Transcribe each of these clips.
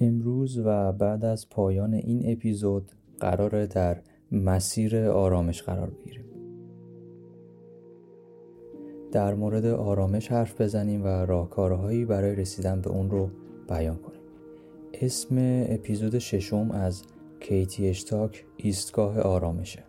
امروز و بعد از پایان این اپیزود قراره در مسیر آرامش قرار بگیریم. در مورد آرامش حرف بزنیم و راهکارهایی برای رسیدن به اون رو بیان کنیم. اسم اپیزود 6 از کیتی اشتاک ایستگاه آرامشه.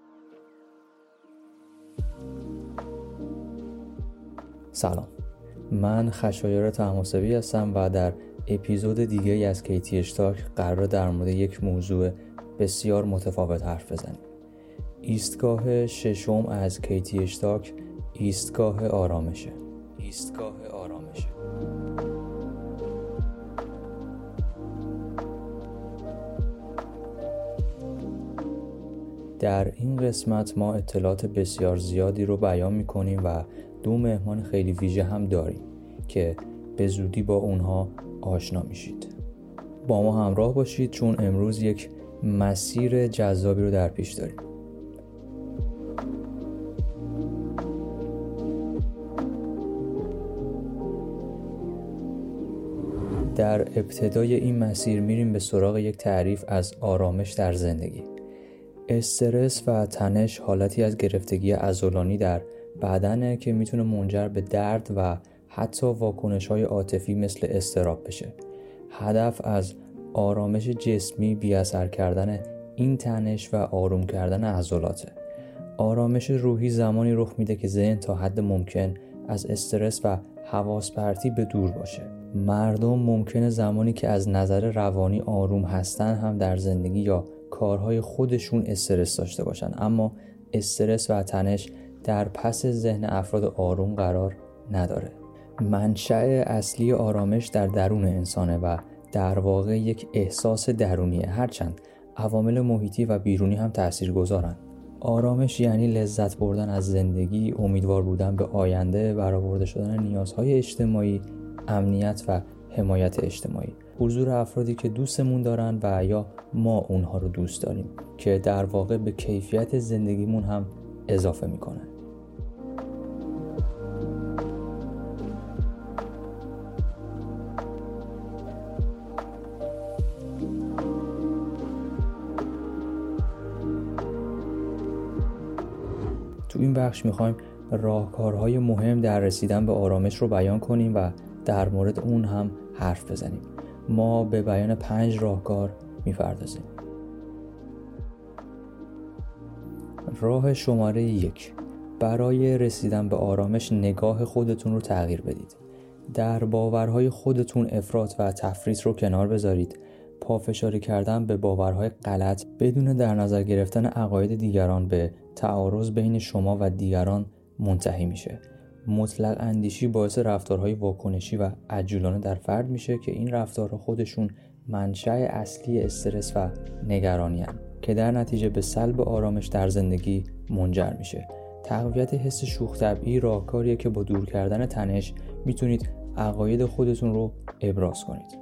سلام، من خشایار طهماسبی هستم و در اپیزود دیگه از کیتی اشتاک قرار در مورد یک موضوع بسیار متفاوت حرف بزنیم. ایستگاه 6 از کیتی اشتاک ایستگاه آرامشه. در این قسمت ما اطلاعات بسیار زیادی رو بیان می‌کنیم و 2 مهمان خیلی ویژه هم داریم که به زودی با اونها آشنا میشید. با ما همراه باشید چون امروز یک مسیر جذابی رو در پیش داریم. در ابتدای این مسیر میریم به سراغ یک تعریف از آرامش در زندگی. استرس و تنش حالتی از گرفتگی عضلانی در بدنه که میتونه منجر به درد و حتی واکنش‌های عاطفی مثل اضطراب بشه. هدف از آرامش جسمی بی‌اثر کردن این تنش و آروم کردن عضلاته. آرامش روحی زمانی رخ میده که ذهن تا حد ممکن از استرس و حواس پرتی به دور باشه. مردم ممکنه زمانی که از نظر روانی آروم هستن هم در زندگی یا کارهای خودشون استرس داشته باشن، اما استرس و تنش در پس ذهن افراد آروم قرار نداره. منشأ اصلی آرامش در درون انسانه و در واقع یک احساس درونیه، هرچند عوامل محیطی و بیرونی هم تاثیرگذارن. آرامش یعنی لذت بردن از زندگی، امیدوار بودن به آینده، برآورده شدن نیازهای اجتماعی، امنیت و حمایت اجتماعی. حضور افرادی که دوستمون دارن و یا ما اونها رو دوست داریم که در واقع به کیفیت زندگیمون هم اضافه میکنن. تو این بخش میخوایم راهکارهای مهم در رسیدن به آرامش رو بیان کنیم و در مورد اون هم حرف بزنیم. ما به بیان 5 راهکار میپردازیم. راه شماره 1: برای رسیدن به آرامش نگاه خودتون رو تغییر بدید. در باورهای خودتون افراط و تفریط رو کنار بذارید. پافشاری کردن به باورهای غلط بدون در نظر گرفتن عقاید دیگران به تعارض بین شما و دیگران منتهی میشه. مطلق اندیشی باعث رفتارهای واکنشی و عجولانه در فرد میشه که این رفتارها خودشون منشأ اصلی استرس و نگرانی هستند که در نتیجه به سلب آرامش در زندگی منجر میشه. تقویت حس شوخ طبعی راهکاریه که با دور کردن تنش میتونید عقاید خودتون رو ابراز کنید.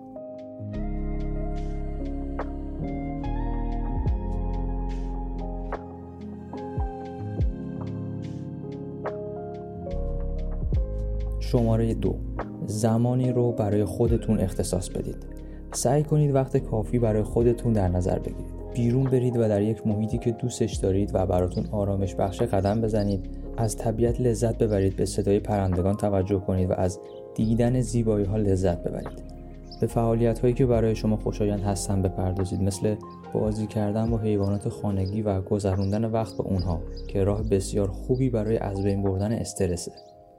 شماره 2: زمانی رو برای خودتون اختصاص بدید. سعی کنید وقت کافی برای خودتون در نظر بگیرید. بیرون برید و در یک محیطی که دوستش دارید و براتون آرامش بخش قدم بزنید. از طبیعت لذت ببرید، به صدای پرندگان توجه کنید و از دیدن زیبایی‌ها لذت ببرید. به فعالیت‌هایی که برای شما خوشایند هستن بپردازید، مثل بازی کردن با حیوانات خانگی و گذروندن وقت با اونها که راه بسیار خوبی برای از بین بردن استرسه.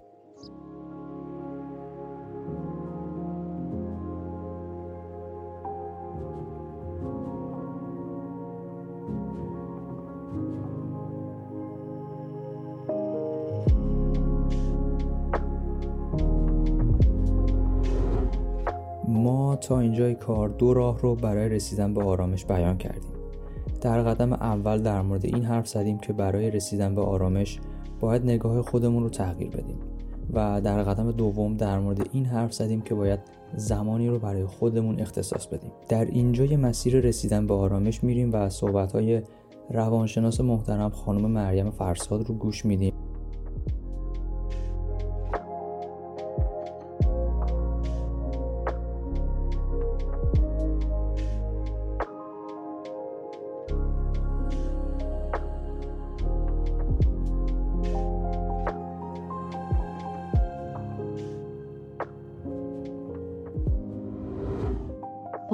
ما تا اینجای کار 2 راه رو برای رسیدن به آرامش بیان کردیم. در قدم اول در مورد این حرف زدیم که برای رسیدن به آرامش باید نگاه خودمون رو تغییر بدیم و در قدم دوم در مورد این حرف زدیم که باید زمانی رو برای خودمون اختصاص بدیم. در اینجای مسیر رسیدن به آرامش میریم و صحبت‌های روانشناس محترم خانم مریم فرساد رو گوش میدیم.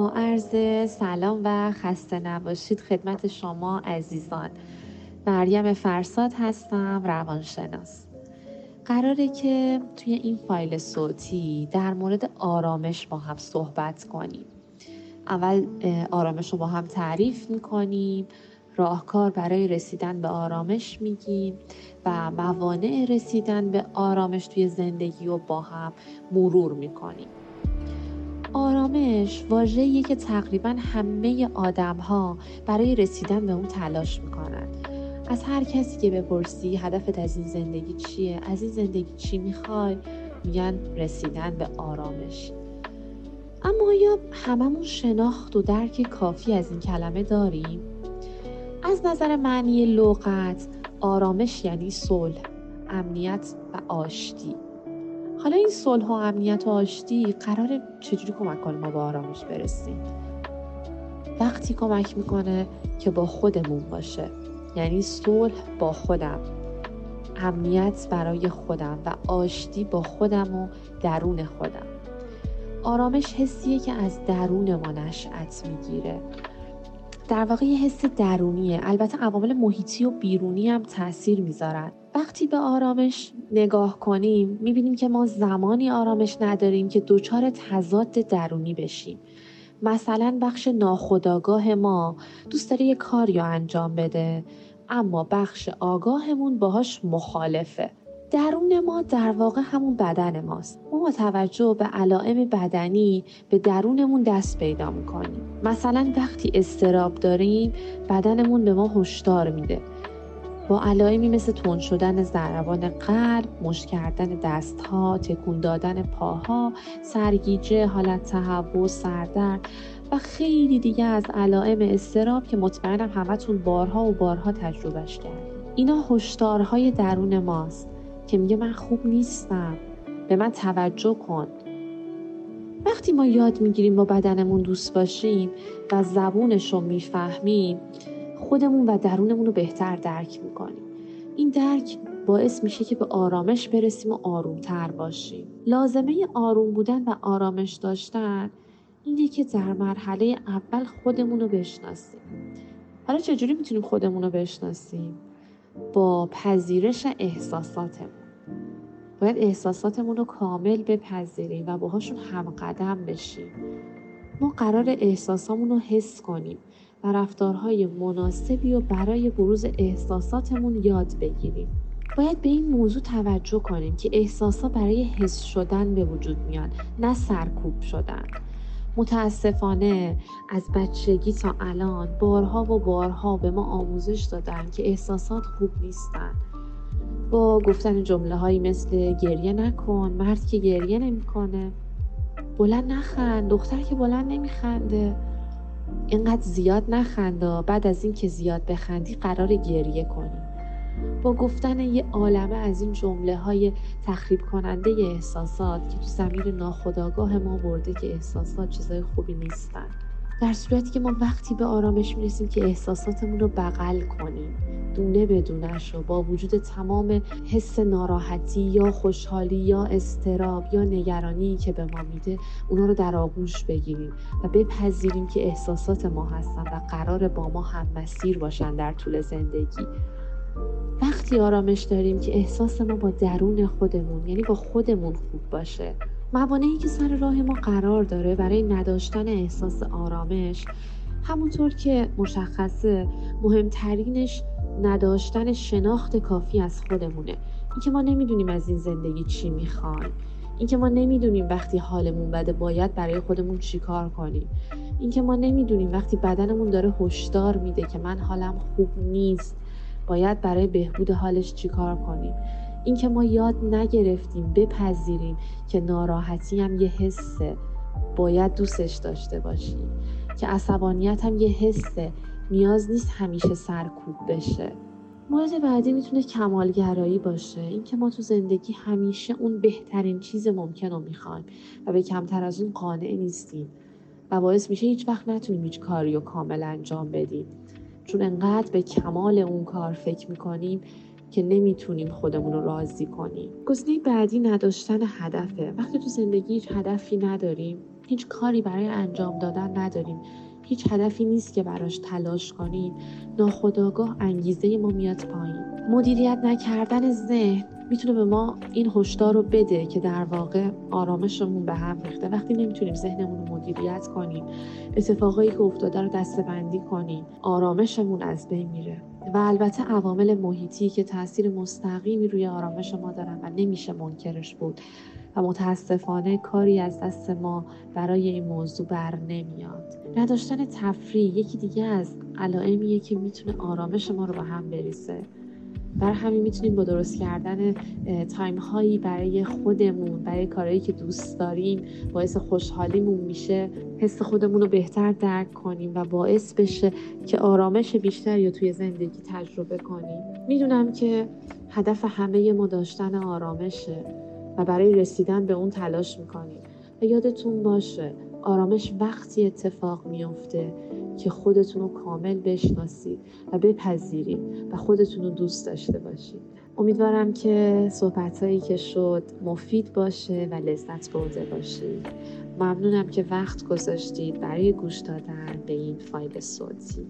با عرض سلام و خسته نباشید خدمت شما عزیزان. مریم فرساد هستم، روانشناس. قراره که توی این فایل صوتی در مورد آرامش با هم صحبت کنیم. اول آرامش رو با هم تعریف میکنیم، راهکار برای رسیدن به آرامش میگیم و موانع رسیدن به آرامش توی زندگی رو با هم مرور میکنیم. آرامش واژه‌ایه که تقریباً همه آدم‌ها برای رسیدن به اون تلاش میکنن. از هر کسی که بپرسی هدفت از این زندگی چیه؟ از این زندگی چی میخوای؟ میگن رسیدن به آرامش. اما آیا هممون شناخت و درک کافی از این کلمه داریم؟ از نظر معنی لغت، آرامش یعنی صلح، امنیت و آشتی. حالا این صلح و امنیت و آشتی قراره چجوری کمک کنه ما به آرامش برسیم؟ وقتی کمک میکنه که با خودمون باشه، یعنی صلح با خودم، امنیت برای خودم و آشتی با خودم و درون خودم. آرامش حسیه که از درون ما نشأت میگیره. در واقع یه حس درونیه. البته عوامل محیطی و بیرونی هم تأثیر میذارن. وقتی به آرامش نگاه کنیم میبینیم که ما زمانی آرامش نداریم که دچار تضاد درونی بشیم. مثلا بخش ناخودآگاه ما دوست داره یه کاری رو انجام بده، اما بخش آگاهمون باهاش مخالفه. درون ما در واقع همون بدن ماست. ما با توجه به علائم بدنی به درونمون دست پیدا میکنیم. مثلا وقتی اضطراب داریم بدنمون به ما هشدار میده. با علائمی مثل تند شدن ضربان قلب، مشت کردن دستها، تکون دادن پاها، سرگیجه، حالت تهوع، سردرد و خیلی دیگه از علائم اضطراب که مطمئنم همتون بارها و بارها تجربهش کردید. اینا هشدارهای درون ماست که میگه من خوب نیستم، به من توجه کن. وقتی ما یاد میگیریم با بدنمون دوست باشیم و زبونش رو میفهمیم، خودمون و درونمون رو بهتر درک میکنیم. این درک باعث میشه که به آرامش برسیم و آرومتر باشیم. لازمه آروم بودن و آرامش داشتن اینه که در مرحله اول خودمون رو بشناسیم. حالا چجوری میتونیم خودمون رو بشناسیم؟ با پذیرش احساساتمون. باید احساساتمون رو کامل بپذیریم و باهاشون همقدم بشیم. ما قرار احساسامون رو حس کنیم و رفتارهای مناسبی رو برای بروز احساساتمون یاد بگیریم. باید به این موضوع توجه کنیم که احساسات برای حس شدن به وجود میان، نه سرکوب شدن. متاسفانه از بچگی تا الان بارها و بارها به ما آموزش دادن که احساسات خوب نیستن. با گفتن جمله هایی مثل گریه نکن، مرد که گریه نمی کنه، بلند نخند، دختر که بلند نمی خنده، اینقدر زیاد نخنده، بعد از این که زیاد بخندی قرار گریه کنی. با گفتن یه عالمه از این جمله های تخریب کننده احساسات که تو ضمیر ناخودآگاه ما برده که احساسات چیزای خوبی نیستن. در صورتی که ما وقتی به آرامش میرسیم که احساساتمون رو بغل کنیم، دونه بدونش رو با وجود تمام حس ناراحتی یا خوشحالی یا اضطراب یا نگرانی که به ما میده اونا رو در آغوش بگیریم و بپذیریم که احساسات ما هستن و قرار با ما هم مسیر باشن در طول زندگی. وقتی آرامش داریم که احساس ما با درون خودمون، یعنی با خودمون خوب باشه. موانعی که سر راه ما قرار داره برای نداشتن احساس آرامش، همونطور که مشخصه مهمترینش نداشتن شناخت کافی از خودمونه. اینکه ما نمیدونیم از این زندگی چی میخوایم، اینکه ما نمیدونیم وقتی حالمون بده باید برای خودمون چی کار کنیم، اینکه ما نمیدونیم وقتی بدنمون داره هشدار میده که من حالم خوب نیست باید برای بهبود حالش چی کار کنیم، اینکه ما یاد نگرفتیم بپذیریم که ناراحتی هم یه حسه، باید دوستش داشته باشیم، که عصبانیت هم یه حسه، نیاز نیست همیشه سرکوب بشه. مورد بعدی میتونه کمالگرایی باشه، اینکه ما تو زندگی همیشه اون بهترین چیز ممکن رو میخوایم و به کمتر از اون قانع نیستیم و باعث میشه هیچ وقت نتونیم هیچ کاری رو کامل انجام بدیم، چون انقدر به کمال اون کار فکر میکنیم که نمیتونیم خودمون رو راضی کنیم. گزینه بعدی نداشتن هدفه. وقتی تو زندگی هیچ هدفی نداریم، هیچ کاری برای انجام دادن نداریم، هیچ هدفی نیست که براش تلاش کنیم، ناخودآگاه انگیزه ما میاد پایین. مدیریت نکردن ذهن میتونه به ما این هشدار رو بده که در واقع آرامشمون به هم ریخته. وقتی نمیتونیم ذهنمون رو مدیریت کنیم، اتفاقایی که افتاده رو دسته‌بندی کنیم، آرامشمون از بین میره. و البته عوامل محیطی که تاثیر مستقیمی روی آرامش ما دارن و نمیشه منکرش بود و متاسفانه کاری از دست ما برای این موضوع بر نمیاد. نداشتن تفریح یکی دیگه از علائمیه که میتونه آرامش ما رو به هم بریزه. برای همین میتونیم با درست کردن تایم هایی برای خودمون، برای کارهایی که دوست داریم، باعث خوشحالیمون میشه، حس خودمون رو بهتر درک کنیم و باعث بشه که آرامش بیشتری رو توی زندگی تجربه کنیم. میدونم که هدف همه ما داشتن آرامشه و برای رسیدن به اون تلاش میکنیم و یادتون باشه آرامش وقتی اتفاق میفته که خودتون رو کامل بشناسید و بپذیرید و خودتون رو دوست داشته باشید. امیدوارم که صحبتایی که شد مفید باشه و لذت برده باشید. ممنونم که وقت گذاشتید برای گوش دادن به این فایل صوتی.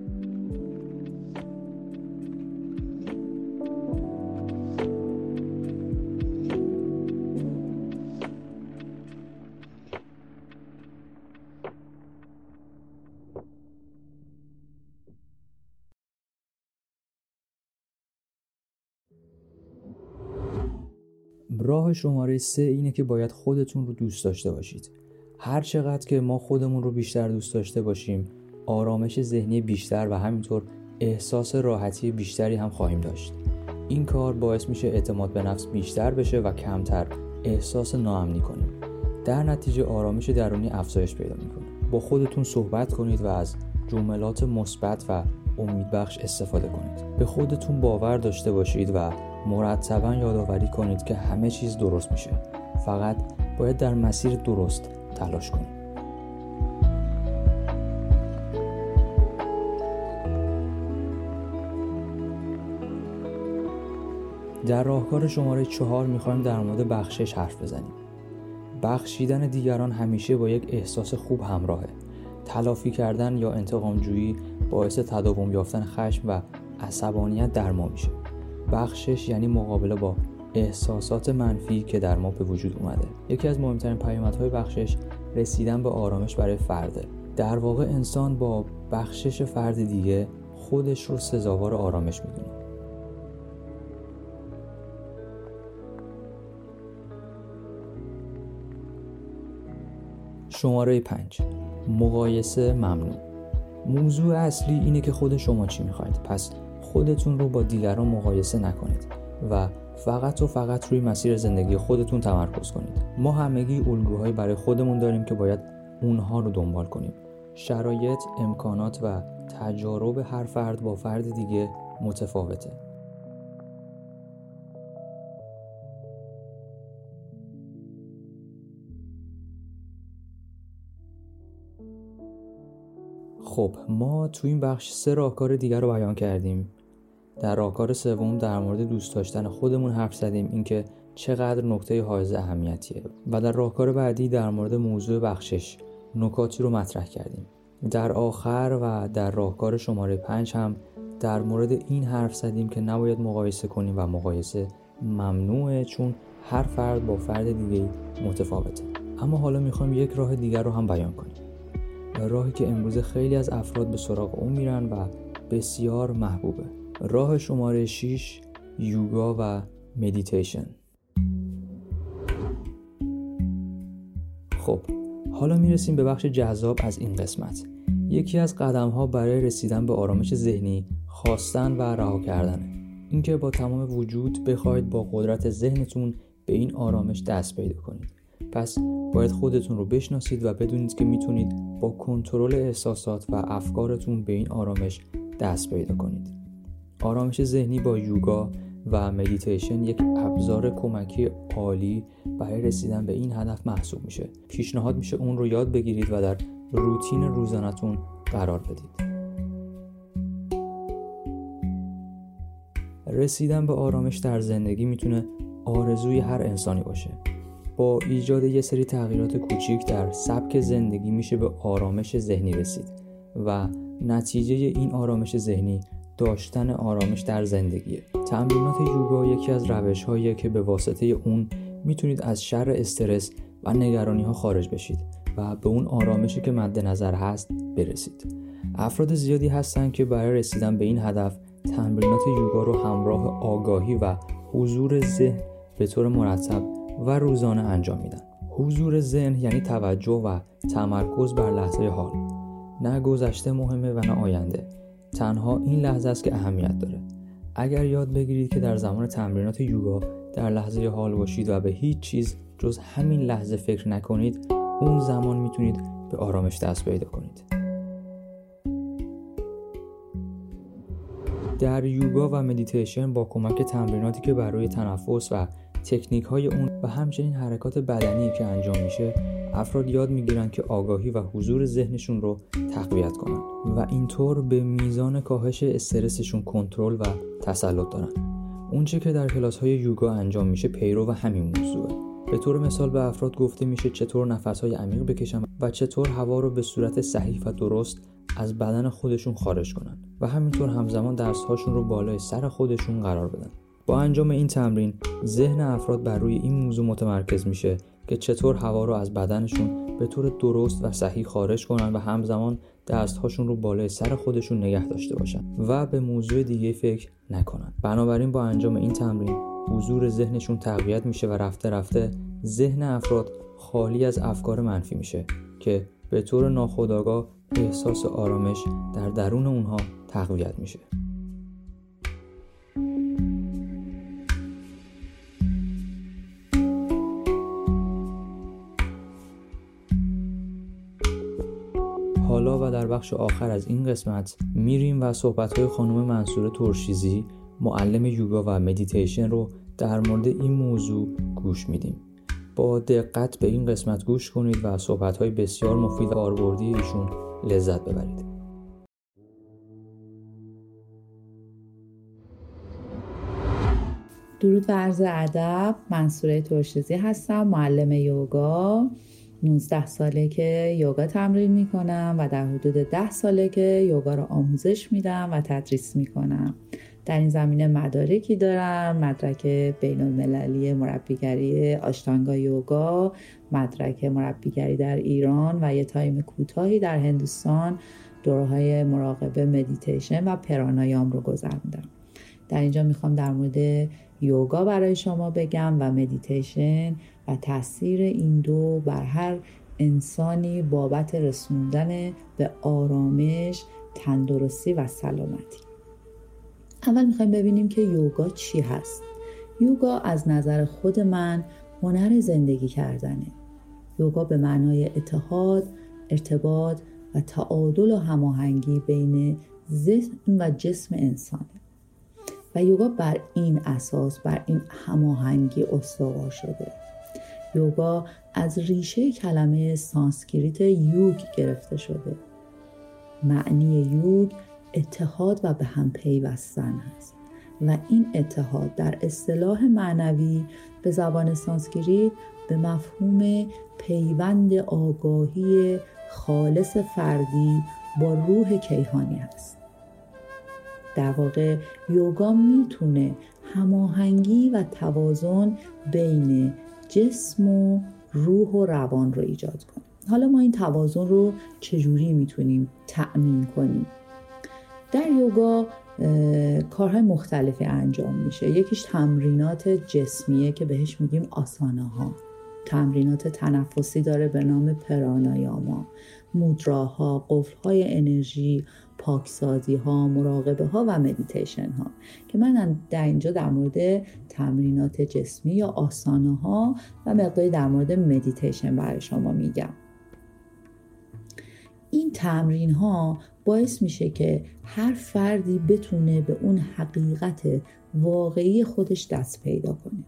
راه شماره 3 اینه که باید خودتون رو دوست داشته باشید. هر چقدر که ما خودمون رو بیشتر دوست داشته باشیم، آرامش ذهنی بیشتر و همینطور احساس راحتی بیشتری هم خواهیم داشت. این کار باعث میشه اعتماد به نفس بیشتر بشه و کمتر احساس ناامنی کنیم. در نتیجه آرامش درونی افزایش پیدا میکنه. با خودتون صحبت کنید و از جملات مثبت و امیدبخش استفاده کنید. به خودتون باور داشته باشید و مرتباً یادآوری کنید که همه چیز درست میشه. فقط باید در مسیر درست تلاش کنید. در راهکار شماره 4 میخوایم در مورد بخشش حرف بزنیم. بخشیدن دیگران همیشه با یک احساس خوب همراهه. تلافی کردن یا انتقام جویی باعث تداوم یافتن خشم و عصبانیت در ما میشه. بخشش یعنی مقابله با احساسات منفی که در ما به وجود اومده. یکی از مهمترین پیامدهای بخشش رسیدن به آرامش برای فرده. در واقع انسان با بخشش فرد دیگه خودش رو سزاوار آرامش میدونه. شماره 5. مقایسه ممنوع. موضوع اصلی اینه که خود شما چی میخواید. پس خودتون رو با دیگران مقایسه نکنید و فقط روی مسیر زندگی خودتون تمرکز کنید. ما همگی الگوهایی برای خودمون داریم که باید اونها رو دنبال کنیم. شرایط، امکانات و تجارب هر فرد با فرد دیگه متفاوته. خب ما تو این بخش 3 راهکار دیگر رو بیان کردیم. در راهکار سوم در مورد دوست داشتن خودمون حرف زدیم، اینکه چقدر نکته حائز اهمیتیه، و در راهکار بعدی در مورد موضوع بخشش نکاتی رو مطرح کردیم. در آخر و در راهکار شماره 5 هم در مورد این حرف زدیم که نباید مقایسه کنیم و مقایسه ممنوعه، چون هر فرد با فرد دیگه متفاوته. اما حالا میخوایم یک راه دیگر رو هم بیان کنیم، راهی که امروز خیلی از افراد به سراغ اون میرن و بسیار محبوبه. راه شماره 6 یوگا و مدیتیشن. خب حالا میرسیم به بخش جذاب از این قسمت. یکی از قدم‌ها برای رسیدن به آرامش ذهنی خواستن و رها کردنه. اینکه با تمام وجود بخواید با قدرت ذهنتون به این آرامش دست پیدا کنید. پس باید خودتون رو بشناسید و بدونید که میتونید با کنترل احساسات و افکارتون به این آرامش دست پیدا کنید. آرامش ذهنی با یوگا و مدیتیشن یک ابزار کمکی عالی برای رسیدن به این هدف محسوب میشه. پیشنهاد میشه اون رو یاد بگیرید و در روتین روزانه‌تون قرار بدید. رسیدن به آرامش در زندگی میتونه آرزوی هر انسانی باشه. با ایجاد یه سری تغییرات کوچیک در سبک زندگی میشه به آرامش ذهنی رسید و نتیجه این آرامش ذهنی داشتن آرامش در زندگیه. تمرینات یوگا یکی از روش‌هاییه که به واسطه اون میتونید از شر استرس و نگرانی‌ها خارج بشید و به اون آرامشی که مد نظر هست برسید. افراد زیادی هستن که برای رسیدن به این هدف تمرینات یوگا رو همراه آگاهی و حضور ذهن به طور مرتب و روزانه انجام میدن. حضور ذهن یعنی توجه و تمرکز بر لحظه حال. نه گذشته مهمه و نه آینده. تنها این لحظه است که اهمیت داره. اگر یاد بگیرید که در زمان تمرینات یوگا در لحظه حال باشید و به هیچ چیز جز همین لحظه فکر نکنید، اون زمان میتونید به آرامش دست پیدا کنید. در یوگا و مدیتیشن با کمک تمریناتی که برای تنفس و تکنیک‌های اون و همچنین حرکات بدنی که انجام میشه، افراد یاد میگیرن که آگاهی و حضور ذهنشون رو تقویت کنن و اینطور به میزان کاهش استرسشون کنترل و تسلط دارن. اونچه که در کلاس‌های یوگا انجام میشه پیرو و همین موضوعه. به طور مثال به افراد گفته میشه چطور نفس‌های عمیق بکشن و چطور هوا رو به صورت صحیح و درست از بدن خودشون خارج کنن و همینطور همزمان دست‌هاشون رو بالای سر خودشون قرار بدن. با انجام این تمرین ذهن افراد بر روی این موضوع متمرکز میشه که چطور هوا رو از بدنشون به طور درست و صحیح خارج کنن و همزمان دست‌هاشون رو بالای سر خودشون نگه داشته باشن و به موضوع دیگه فکر نکنن. بنابراین با انجام این تمرین حضور ذهنشون تقویت میشه و رفته رفته ذهن افراد خالی از افکار منفی میشه که به طور ناخودآگاه احساس آرامش در درون اونها تقویت میشه. حالا و در بخش آخر از این قسمت میریم و صحبت‌های خانم منصوره ترشیزی، معلم یوگا و مدیتیشن رو در مورد این موضوع گوش میدیم. با دقت به این قسمت گوش کنید و صحبت‌های بسیار مفید و کاربردی ایشون لذت ببرید. درود و عرض ادب. منصوره ترشیزی هستم، معلم یوگا. 19 ساله که یوگا تمرین میکنم و در حدود 10 ساله که یوگا رو آموزش میدم و تدریس میکنم. در این زمینه مدارکی دارم: مدرک بین المللی مربیگری آشتانگا یوگا، مدرک مربیگری در ایران و یه تایم کوتاهی در هندوستان دوره‌های مراقبه مدیتیشن و پرانایام رو گذروندم. در اینجا میخوام در مورد یوگا برای شما بگم و مدیتیشن و تاثیر این دو بر هر انسانی بابت رسوندن به آرامش، تندرستی و سلامتی. اول میخوایم ببینیم که یوگا چی هست. یوگا از نظر خود من هنر زندگی کردنه. یوگا به معنای اتحاد، ارتباط و تعادل و هماهنگی بین ذهن و جسم انسانه. و یوگا بر این اساس، بر این هماهنگی استوار شده. یوگا از ریشه کلمه سانسکریت یوگ گرفته شده. معنی یوگ اتحاد و به هم پیوستن هست و این اتحاد در اصطلاح معنوی به زبان سانسکریت به مفهوم پیوند آگاهی خالص فردی با روح کیهانی است. در واقع یوگا میتونه هماهنگی و توازن بین جسم و روح و روان رو ایجاد کنه. حالا ما این توازن رو چجوری میتونیم تأمین کنیم؟ در یوگا کارهای مختلفی انجام میشه. یکیش تمرینات جسمیه که بهش میگیم آساناها. تمرینات تنفسی داره به نام پرانایاما، مودراها، قفل‌های انرژی، پاکسازی‌ها، مراقبه‌ها و مدیتیشن‌ها که من در اینجا در مورد تمرینات جسمی یا آساناها و مقداری در مورد مدیتیشن برای شما میگم. این تمرین‌ها باعث میشه که هر فردی بتونه به اون حقیقت واقعی خودش دست پیدا کنه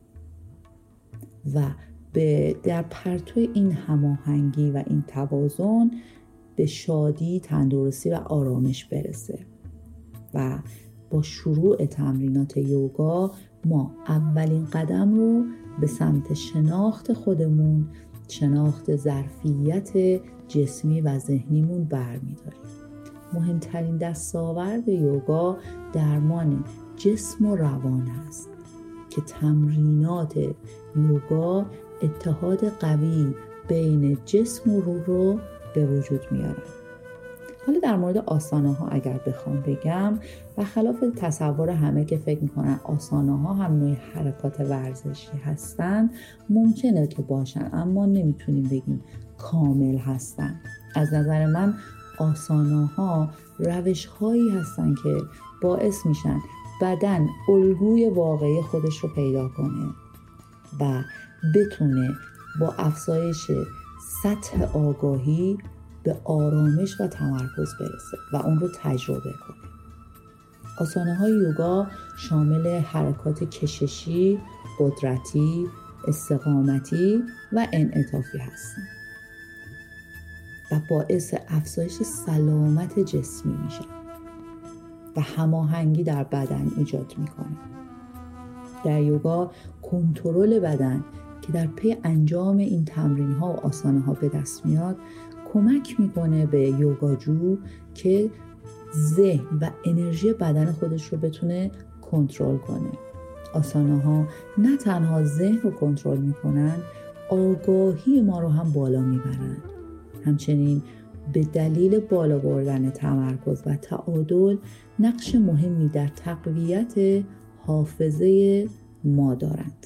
و در پرتو این هماهنگی و این توازن به شادی، تندرستی و آرامش برسه و با شروع تمرینات یوگا ما اولین قدم رو به سمت شناخت خودمون، شناخت ظرفیت جسمی و ذهنیمون برمی‌داریم. مهمترین دستاورد یوگا درمان جسم و روان است که تمرینات یوگا اتحاد قوی بین جسم و روح رو به وجود میارن. حالا در مورد آسانه ها اگر بخوام بگم، برخلاف تصور همه که فکر میکنن آسانه ها هم نوع حرکات ورزشی هستن، ممکنه که باشن اما نمیتونیم بگیم کامل هستن. از نظر من آسانه ها روش هایی هستن که باعث میشن بدن الگوی واقعی خودش رو پیدا کنه و بتونه با افزایش سطح آگاهی به آرامش و تمرکز برسه و اون رو تجربه کنه. آسانه های یوگا شامل حرکات کششی، قدرتی، استقامتی و انعطافی هستند و باعث افزایش سلامت جسمی میشه و هماهنگی در بدن ایجاد میکنه. در یوگا کنترل بدن که در پی انجام این تمرین ها و آسانه ها به دست میاد کمک میکنه به یوگاجو که ذهن و انرژی بدن خودش رو بتونه کنترل کنه. آسانه ها نه تنها ذهن رو کنترل میکنن، آگاهی ما رو هم بالا میبرن. همچنین به دلیل بالا بردن تمرکز و تعادل نقش مهمی در تقویت حافظه ما دارند.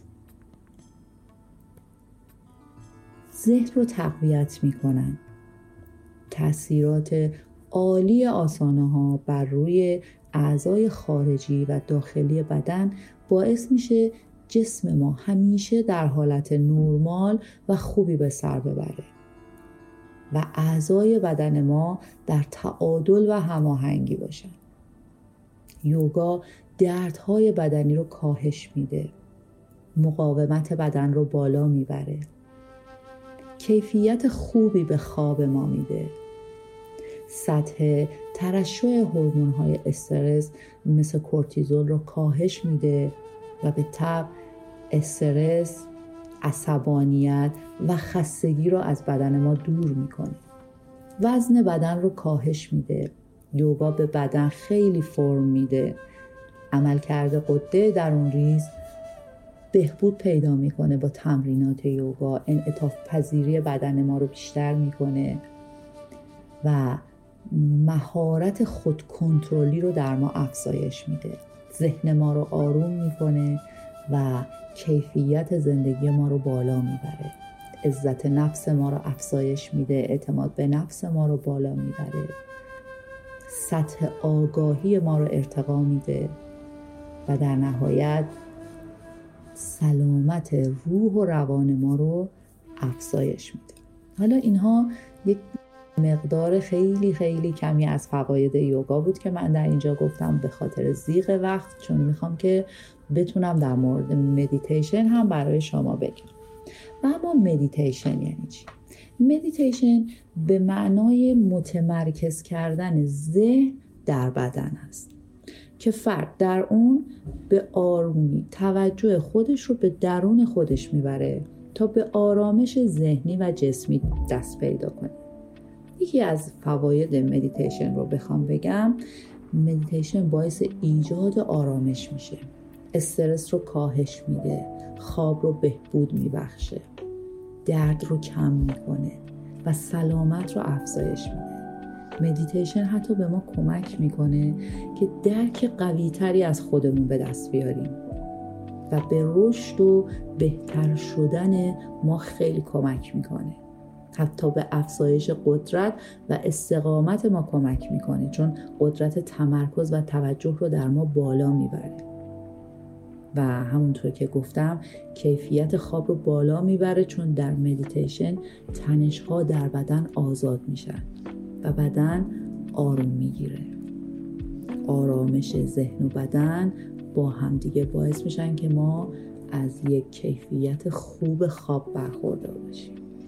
ذهن رو تقویت میکنن. تأثیرات عالی آسانه ها بر روی اعضای خارجی و داخلی بدن باعث میشه جسم ما همیشه در حالت نرمال و خوبی به سر ببره و اعضای بدن ما در تعادل و هماهنگی باشن. یوگا دردهای بدنی رو کاهش میده، مقاومت بدن رو بالا میبره، کیفیت خوبی به خواب ما میده، سطح ترشح هورمون‌های استرس مثل کورتیزول رو کاهش میده و به تبع استرس، عصبانیت و خستگی رو از بدن ما دور میکنه. وزن بدن رو کاهش میده. یوگا به بدن خیلی فرم میده. عملکرد غده درونریز بهبود پیدا میکنه با تمرینات یوگا. انعطاف پذیری بدن ما رو بیشتر میکنه و مهارت خود کنترلی رو در ما افزایش میده. ذهن ما رو آروم میکنه و کیفیت زندگی ما رو بالا میبره. عزت نفس ما رو افزایش میده. اعتماد به نفس ما رو بالا میبره. سطح آگاهی ما رو ارتقا میده و در نهایت سلامت روح و روان ما رو افزایش میده. حالا اینها یک مقدار خیلی خیلی کمی از فواید یوگا بود که من در اینجا گفتم به خاطر ضیق وقت، چون میخوام که بتونم در مورد مدیتیشن هم برای شما بگم. و اما مدیتیشن یعنی چی؟ مدیتیشن به معنای متمرکز کردن ذهن در بدن است که فرد در اون به آرومی توجه خودش رو به درون خودش میبره تا به آرامش ذهنی و جسمی دست پیدا کنه. یکی از فواید مدیتیشن رو بخوام بگم، مدیتیشن باعث ایجاد آرامش میشه، استرس رو کاهش میده، خواب رو بهبود میبخشه، درد رو کم میکنه و سلامت رو افزایش میده. مدیتیشن حتی به ما کمک میکنه که درک قوی تری از خودمون به دست بیاریم و به رشد و بهتر شدن ما خیلی کمک میکنه. حتی به افزایش قدرت و استقامت ما کمک میکنه، چون قدرت تمرکز و توجه رو در ما بالا میبره و همونطور که گفتم کیفیت خواب رو بالا میبره، چون در مدیتیشن تنش‌ها در بدن آزاد میشن و بدن آروم میگیره. آرامش ذهن و بدن با همدیگه باعث میشن که ما از یک کیفیت خوب خواب برخوردار باشیم.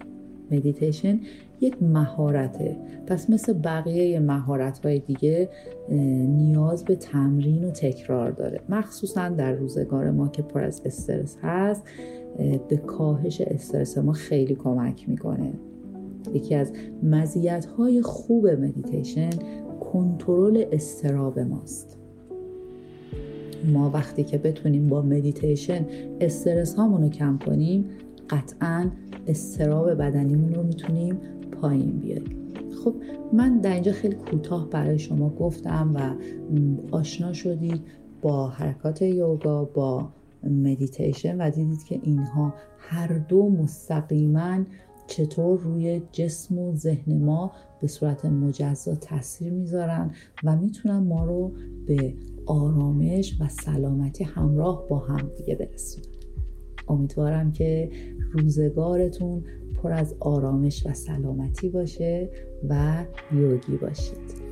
مدیتیشن یک مهارته، پس مثل بقیه مهارت‌های دیگه نیاز به تمرین و تکرار داره، مخصوصا در روزگار ما که پر از استرس هست. به کاهش استرس ما خیلی کمک میکنه. یکی از مزیت‌های خوب مدیتیشن کنترل اضطراب ماست. ما وقتی که بتونیم با مدیتیشن استرس هامون رو کم کنیم، قطعاً اضطراب بدنیمون رو میتونیم پایین بیاریم. خب من در اینجا خیلی کوتاه برای شما گفتم و آشنا شدید با حرکات یوگا، با مدیتیشن و دیدید که اینها هر دو مستقیماً چطور روی جسم و ذهن ما به صورت مجزا تاثیر میذارن و میتونن ما رو به آرامش و سلامتی همراه با هم دیگه برسونن. امیدوارم که روزگارتون پر از آرامش و سلامتی باشه و یوگی باشید.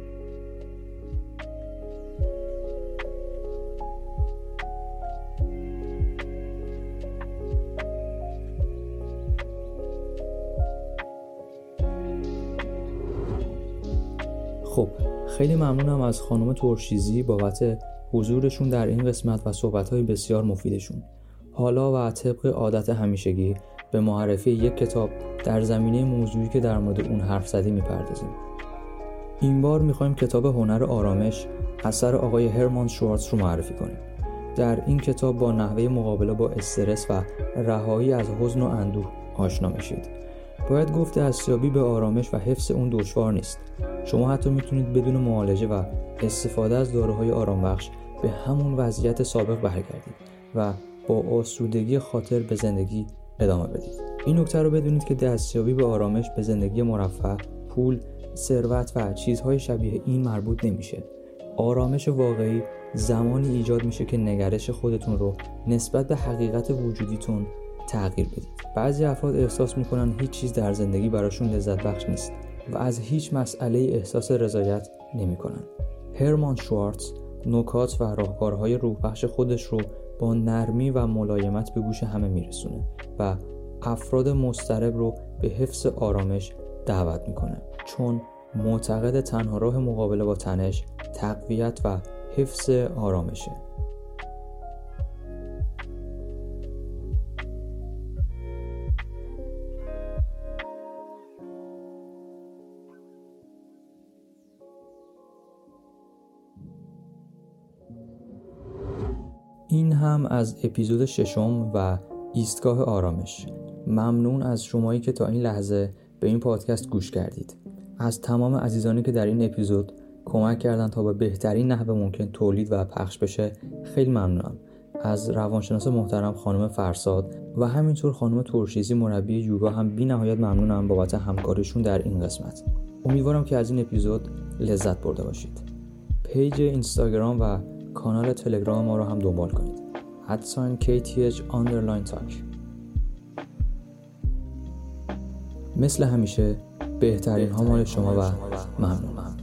خب خیلی ممنونم از خانم ترشیزی بابت حضورشون در این قسمت و صحبت‌های بسیار مفیدشون. حالا و طبق عادت همیشگی به معرفی یک کتاب در زمینه موضوعی که در مورد اون حرف زدیم میپردازیم. این بار میخوایم کتاب هنر آرامش اثر آقای هرمان شوارتز رو معرفی کنیم. در این کتاب با نحوه مقابله با استرس و رهایی از حزن و اندوه آشنا میشید. باید گفت دستیابی به آرامش و حفظ اون دشوار نیست. شما حتی میتونید بدون معالجه و استفاده از داروهای آرامبخش به همون وضعیت سابق برگردید و با آسودگی خاطر به زندگی ادامه بدید. این نکته رو بدونید که دستیابی به آرامش به زندگی مرفه، پول، ثروت و چیزهای شبیه این مربوط نمیشه. آرامش واقعی زمانی ایجاد میشه که نگرش خودتون رو نسبت به حقیقت وجودیتون تغییر بدید. بعضی افراد احساس میکنن هیچ چیز در زندگی براشون لذت بخش نیست و از هیچ مسئله احساس رضایت نمیکنن. هرمان شوارتز نکات و راهکارهای روح بخش خودش رو با نرمی و ملایمت به گوش همه میرسونه و افراد مضطرب رو به حفظ آرامش دعوت میکنه، چون معتقد تنها راه مقابله با تنش تقویت و حفظ آرامشه. این هم از اپیزود 6 و ایستگاه آرامش. ممنون از شمایی که تا این لحظه به این پادکست گوش کردید. از تمام عزیزانی که در این اپیزود کمک کردن تا به بهترین نحو ممکن تولید و پخش بشه خیلی ممنونم. از روانشناس محترم خانم فرساد و همینطور خانم ترشیزی مربی یوگا هم بی نهایت ممنونم بابت همکاریشون در این قسمت. امیدوارم که از این اپیزود لذت برده باشید. پیج اینستاگرام و کانال تلگرام ما رو هم دنبال کنید. @KTH_talk. مثل همیشه بهترین ها مال شما و ممنونم.